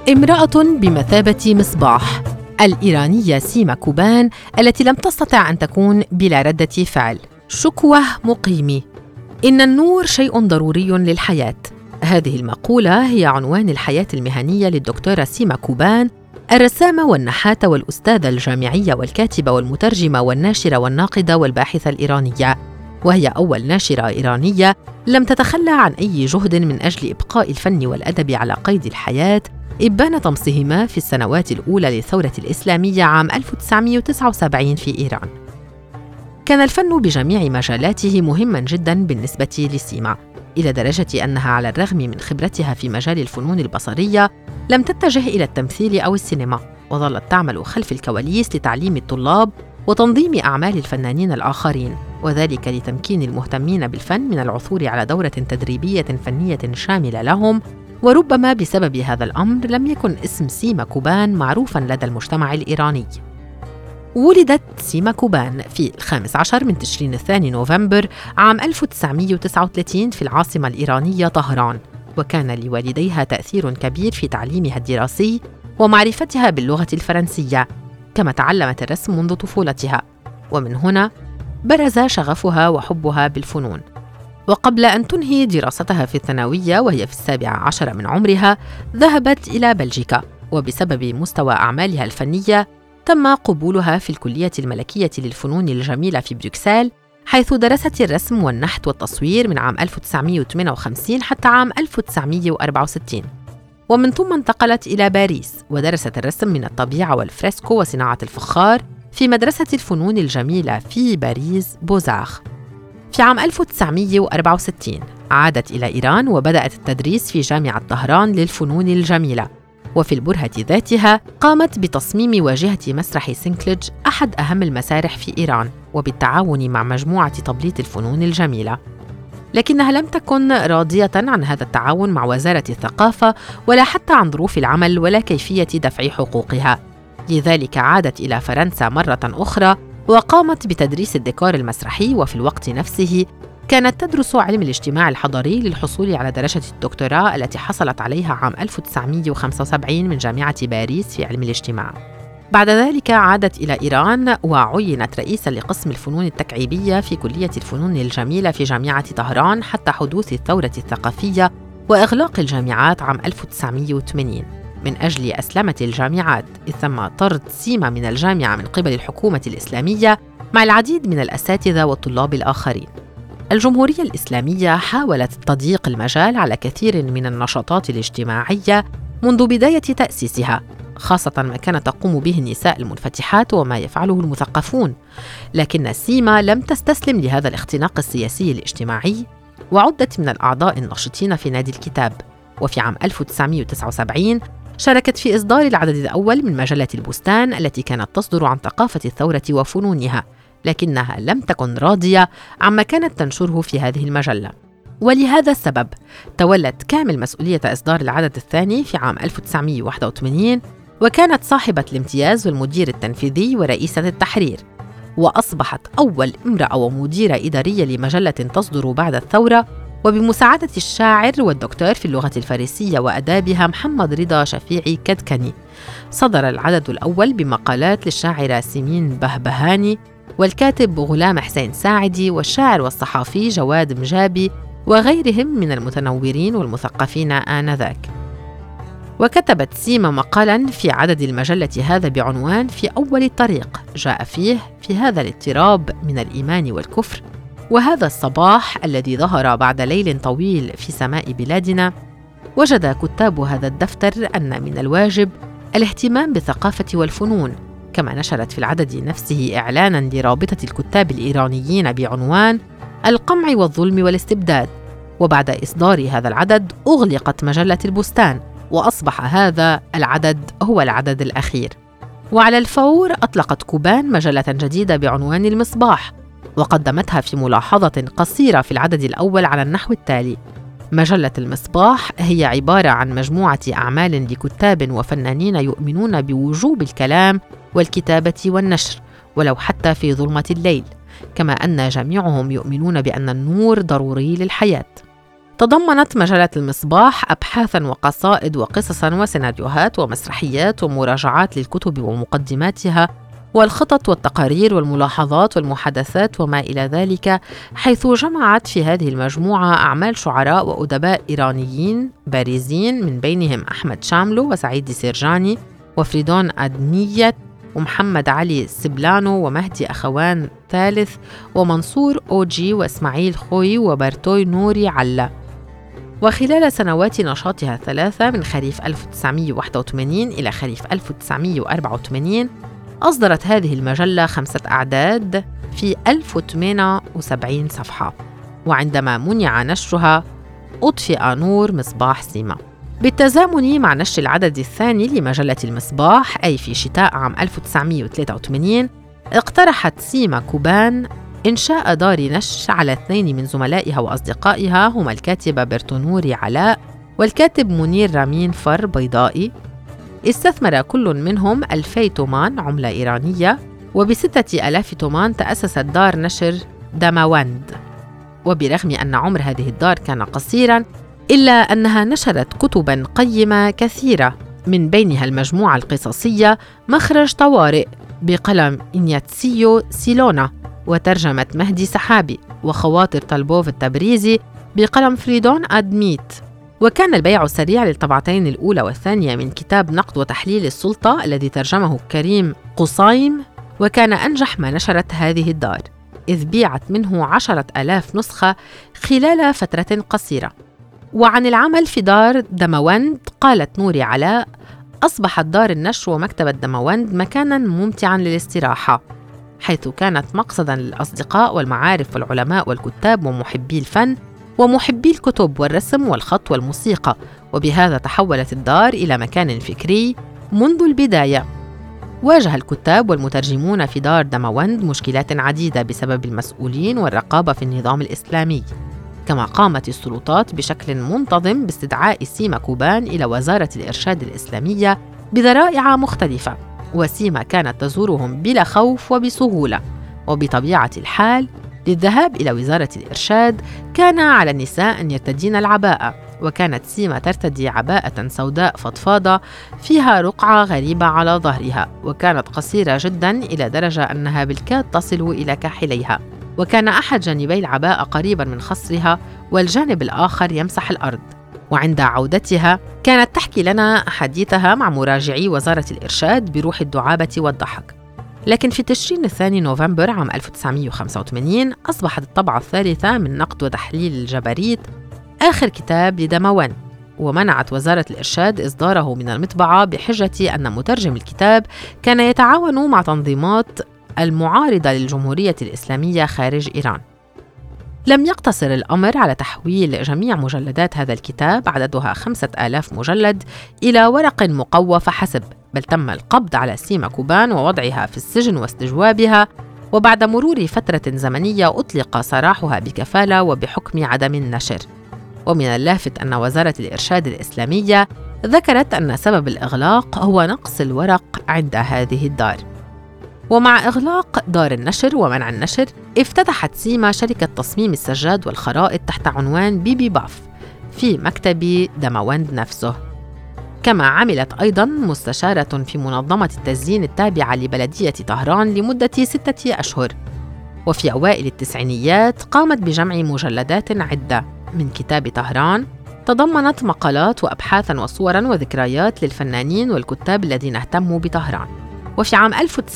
امرأة بمثابة مصباح، الإيرانية سيما كوبان التي لم تستطع أن تكون بلا ردة فعل. شكوى مقيمي: إن النور شيء ضروري للحياة. هذه المقولة هي عنوان الحياة المهنية للدكتورة سيما كوبان، الرسامة والنحاتة والأستاذة الجامعية والكاتبة والمترجمة والناشرة والناقدة والباحثة الإيرانية، وهي أول ناشرة إيرانية لم تتخلى عن أي جهد من أجل إبقاء الفن والأدب على قيد الحياة، إبان طمسهما في السنوات الأولى للثورة الإسلامية عام 1979 في إيران. كان الفن بجميع مجالاته مهماً جداً بالنسبة لسيما، إلى درجة أنها على الرغم من خبرتها في مجال الفنون البصرية لم تتجه إلى التمثيل أو السينما، وظلت تعمل خلف الكواليس لتعليم الطلاب وتنظيم أعمال الفنانين الآخرين، وذلك لتمكين المهتمين بالفن من العثور على دورة تدريبية فنية شاملة لهم. وربما بسبب هذا الأمر لم يكن اسم سيما كوبان معروفاً لدى المجتمع الإيراني. ولدت سيما كوبان في 15 من تشرين الثاني نوفمبر عام 1939 في العاصمة الإيرانية طهران، وكان لوالديها تأثير كبير في تعليمها الدراسي ومعرفتها باللغة الفرنسية، كما تعلمت الرسم منذ طفولتها، ومن هنا برز شغفها وحبها بالفنون. وقبل أن تنهي دراستها في الثانوية وهي في 17 من عمرها ذهبت إلى بلجيكا، وبسبب مستوى أعمالها الفنية تم قبولها في الكلية الملكية للفنون الجميلة في بروكسل، حيث درست الرسم والنحت والتصوير من عام 1958 حتى عام 1964، ومن ثم انتقلت إلى باريس ودرست الرسم من الطبيعة والفريسكو وصناعة الفخار في مدرسة الفنون الجميلة في باريس بوزاخ. في عام 1964 عادت إلى إيران وبدأت التدريس في جامعة طهران للفنون الجميلة، وفي البرهة ذاتها قامت بتصميم واجهة مسرح سينكليج، أحد أهم المسارح في إيران، وبالتعاون مع مجموعة تبليط الفنون الجميلة. لكنها لم تكن راضية عن هذا التعاون مع وزارة الثقافة ولا حتى عن ظروف العمل ولا كيفية دفع حقوقها، لذلك عادت إلى فرنسا مرة أخرى وقامت بتدريس الديكور المسرحي. وفي الوقت نفسه كانت تدرس علم الاجتماع الحضري للحصول على درجة الدكتوراه التي حصلت عليها عام 1975 من جامعة باريس في علم الاجتماع. بعد ذلك عادت إلى إيران وعينت رئيساً لقسم الفنون التكعيبية في كلية الفنون الجميلة في جامعة طهران حتى حدوث الثورة الثقافية وإغلاق الجامعات عام 1980 من أجل أسلمة الجامعات، إذ تم طرد سيما من الجامعة من قبل الحكومة الإسلامية مع العديد من الأساتذة والطلاب الآخرين. الجمهورية الإسلامية حاولت تضييق المجال على كثير من النشاطات الاجتماعية منذ بداية تأسيسها، خاصة ما كانت تقوم به النساء المنفتحات وما يفعله المثقفون، لكن سيما لم تستسلم لهذا الاختناق السياسي الاجتماعي، وعدت من الأعضاء الناشطين في نادي الكتاب. وفي عام 1979 شاركت في إصدار العدد الأول من مجلة البستان التي كانت تصدر عن ثقافة الثورة وفنونها، لكنها لم تكن راضية عما كانت تنشره في هذه المجلة، ولهذا السبب تولت كامل مسؤولية إصدار العدد الثاني في عام 1981، وكانت صاحبة الامتياز والمدير التنفيذي ورئيسة التحرير، وأصبحت أول امرأة ومديرة إدارية لمجلة تصدر بعد الثورة، وبمساعدة الشاعر والدكتور في اللغة الفارسية وأدابها محمد رضا شفيعي كدكني. صدر العدد الأول بمقالات للشاعرة سيمين بهبهاني والكاتب غلام حسين ساعدي والشاعر والصحافي جواد مجابي وغيرهم من المتنورين والمثقفين آنذاك. وكتبت سيما مقالاً في عدد المجلة هذا بعنوان في أول الطريق، جاء فيه: في هذا الاضطراب من الإيمان والكفر وهذا الصباح الذي ظهر بعد ليل طويل في سماء بلادنا، وجد كتاب هذا الدفتر أن من الواجب الاهتمام بالثقافة والفنون. كما نشرت في العدد نفسه إعلاناً لرابطة الكتاب الإيرانيين بعنوان القمع والظلم والاستبداد. وبعد إصدار هذا العدد أغلقت مجلة البستان، وأصبح هذا العدد هو العدد الأخير. وعلى الفور أطلقت كوبان مجلة جديدة بعنوان المصباح، وقدمتها في ملاحظة قصيرة في العدد الأول على النحو التالي: مجلة المصباح هي عبارة عن مجموعة أعمال لكتاب وفنانين يؤمنون بوجوب الكلام والكتابة والنشر ولو حتى في ظلمة الليل، كما أن جميعهم يؤمنون بأن النور ضروري للحياة. تضمنت مجلة المصباح أبحاثاً وقصائد وقصصاً وسيناريوهات ومسرحيات ومراجعات للكتب ومقدماتها والخطط والتقارير والملاحظات والمحادثات وما إلى ذلك، حيث جمعت في هذه المجموعة أعمال شعراء وأدباء إيرانيين بارزين، من بينهم أحمد شاملو وسعيد سيرجاني وفريدون أدنيت ومحمد علي سبلانو ومهدي أخوان ثالث ومنصور أوجي وإسماعيل خوي وبرتوي نوري علا. وخلال سنوات نشاطها الثلاثة من خريف 1981 إلى خريف 1984 أصدرت هذه المجلة 5 أعداد في 1078 صفحة، وعندما منع نشرها أطفئ نور مصباح سيما. بالتزامن مع نشر العدد الثاني لمجلة المصباح أي في شتاء عام 1983 اقترحت سيما كوبان إنشاء دار نشر على 2 من زملائها وأصدقائها هما الكاتبة برتونوري علاء والكاتب منير رامين فر بيضائي. استثمر كل منهم 2000 تومان عملة إيرانية، وب6,000 تومان تأسست دار نشر دماوند. وبرغم أن عمر هذه الدار كان قصيراً إلا أنها نشرت كتباً قيمة كثيرة، من بينها المجموعة القصصية مخرج طوارئ بقلم إنياتسيو سيلونا وترجمة مهدي سحابي، وخواطر طلبوف التبريزي بقلم فريدون أدميت. وكان البيع السريع للطبعتين الأولى والثانية من كتاب نقد وتحليل السلطة الذي ترجمه كريم قصيم، وكان أنجح ما نشرت هذه الدار، إذ بيعت منه 10,000 نسخة خلال فترة قصيرة. وعن العمل في دار دماوند قالت نوري علاء: أصبحت دار النشر ومكتبة دماوند مكاناً ممتعاً للاستراحة، حيث كانت مقصداً للأصدقاء والمعارف والعلماء والكتاب ومحبي الفن ومحبي الكتب والرسم والخط والموسيقى، وبهذا تحولت الدار إلى مكان فكري منذ البداية. واجه الكتاب والمترجمون في دار دماوند مشكلات عديدة بسبب المسؤولين والرقابة في النظام الإسلامي، كما قامت السلطات بشكل منتظم باستدعاء سيما كوبان إلى وزارة الإرشاد الإسلامية بذرائع مختلفة، وسيما كانت تزورهم بلا خوف وبسهولة. وبطبيعة الحال للذهاب إلى وزارة الإرشاد كان على النساء أن يرتدين العباءة، وكانت سيما ترتدي عباءة سوداء فضفاضة فيها رقعة غريبة على ظهرها، وكانت قصيرة جداً إلى درجة أنها بالكاد تصل إلى كاحليها، وكان أحد جانبي العباءة قريباً من خصرها والجانب الآخر يمسح الأرض. وعند عودتها كانت تحكي لنا أحاديثها مع مراجعي وزارة الإرشاد بروح الدعابة والضحك. لكن في تشرين 2 نوفمبر عام 1985 أصبحت الطبعة الثالثة من نقد وتحليل الجبريت آخر كتاب لدماوند، ومنعت وزارة الإرشاد إصداره من المطبعة بحجة أن مترجم الكتاب كان يتعاون مع تنظيمات المعارضة للجمهورية الإسلامية خارج إيران. لم يقتصر الأمر على تحويل جميع مجلدات هذا الكتاب عددها 5,000 مجلد إلى ورق مقوى فحسب، بل تم القبض على سيما كوبان ووضعها في السجن واستجوابها، وبعد مرور فترة زمنية أطلق سراحها بكفالة وبحكم عدم النشر. ومن اللافت أن وزارة الإرشاد الإسلامية ذكرت أن سبب الإغلاق هو نقص الورق عند هذه الدار. ومع إغلاق دار النشر ومنع النشر، افتتحت سيما شركة تصميم السجاد والخرائط تحت عنوان بيبي باف في مكتب دماوند نفسه. كما عملت أيضاً مستشارة في منظمة التزيين التابعة لبلدية طهران لمدة 6 أشهر. وفي أوائل التسعينيات قامت بجمع مجلدات عدة من كتاب طهران تضمنت مقالات وأبحاثاً وصوراً وذكريات للفنانين والكتاب الذين اهتموا بطهران. وفي عام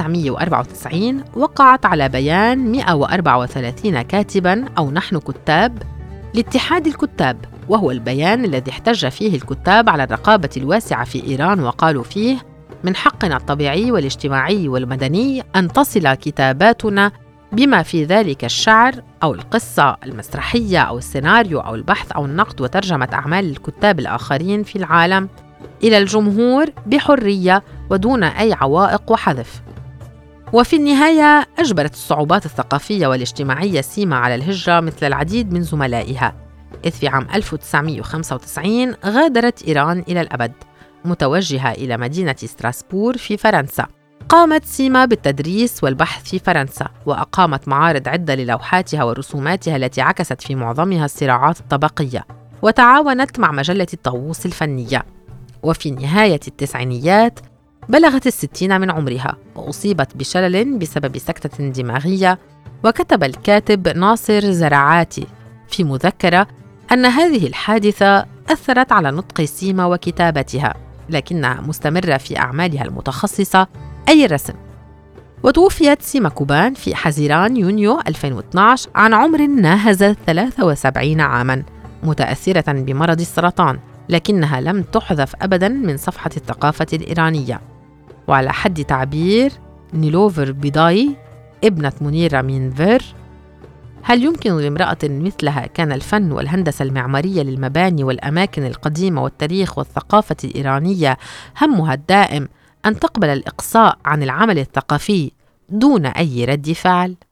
1994 وقعت على بيان 134 كاتباً أو نحن كتاب لاتحاد الكتاب، وهو البيان الذي احتج فيه الكتاب على الرقابة الواسعة في إيران، وقالوا فيه: من حقنا الطبيعي والاجتماعي والمدني أن تصل كتاباتنا بما في ذلك الشعر أو القصة المسرحية أو السيناريو أو البحث أو النقد وترجمة أعمال الكتاب الآخرين في العالم إلى الجمهور بحرية ودون أي عوائق وحذف. وفي النهاية أجبرت الصعوبات الثقافية والاجتماعية سيما على الهجرة مثل العديد من زملائها، إذ في عام 1995 غادرت إيران إلى الأبد متوجهة إلى مدينة ستراسبور في فرنسا. قامت سيما بالتدريس والبحث في فرنسا، وأقامت معارض عدة للوحاتها ورسوماتها التي عكست في معظمها الصراعات الطبقية، وتعاونت مع مجلة الطاووس الفنية. وفي نهاية التسعينيات بلغت 60 من عمرها وأصيبت بشلل بسبب سكتة دماغية. وكتب الكاتب ناصر زرعاتي في مذكرة أن هذه الحادثة أثرت على نطق سيما وكتابتها، لكنها مستمرة في أعمالها المتخصصة أي الرسم. وتوفيت سيما كوبان في حزيران يونيو 2012 عن عمر ناهز 73 عاماً، متأثرة بمرض السرطان، لكنها لم تحذف أبداً من صفحة الثقافة الإيرانية. وعلى حد تعبير نيلوفر بيضاي ابنة منير رامينفر: هل يمكن لامرأة مثلها كان الفن والهندسة المعمارية للمباني والأماكن القديمة والتاريخ والثقافة الإيرانية همها الدائم أن تقبل الإقصاء عن العمل الثقافي دون أي رد فعل؟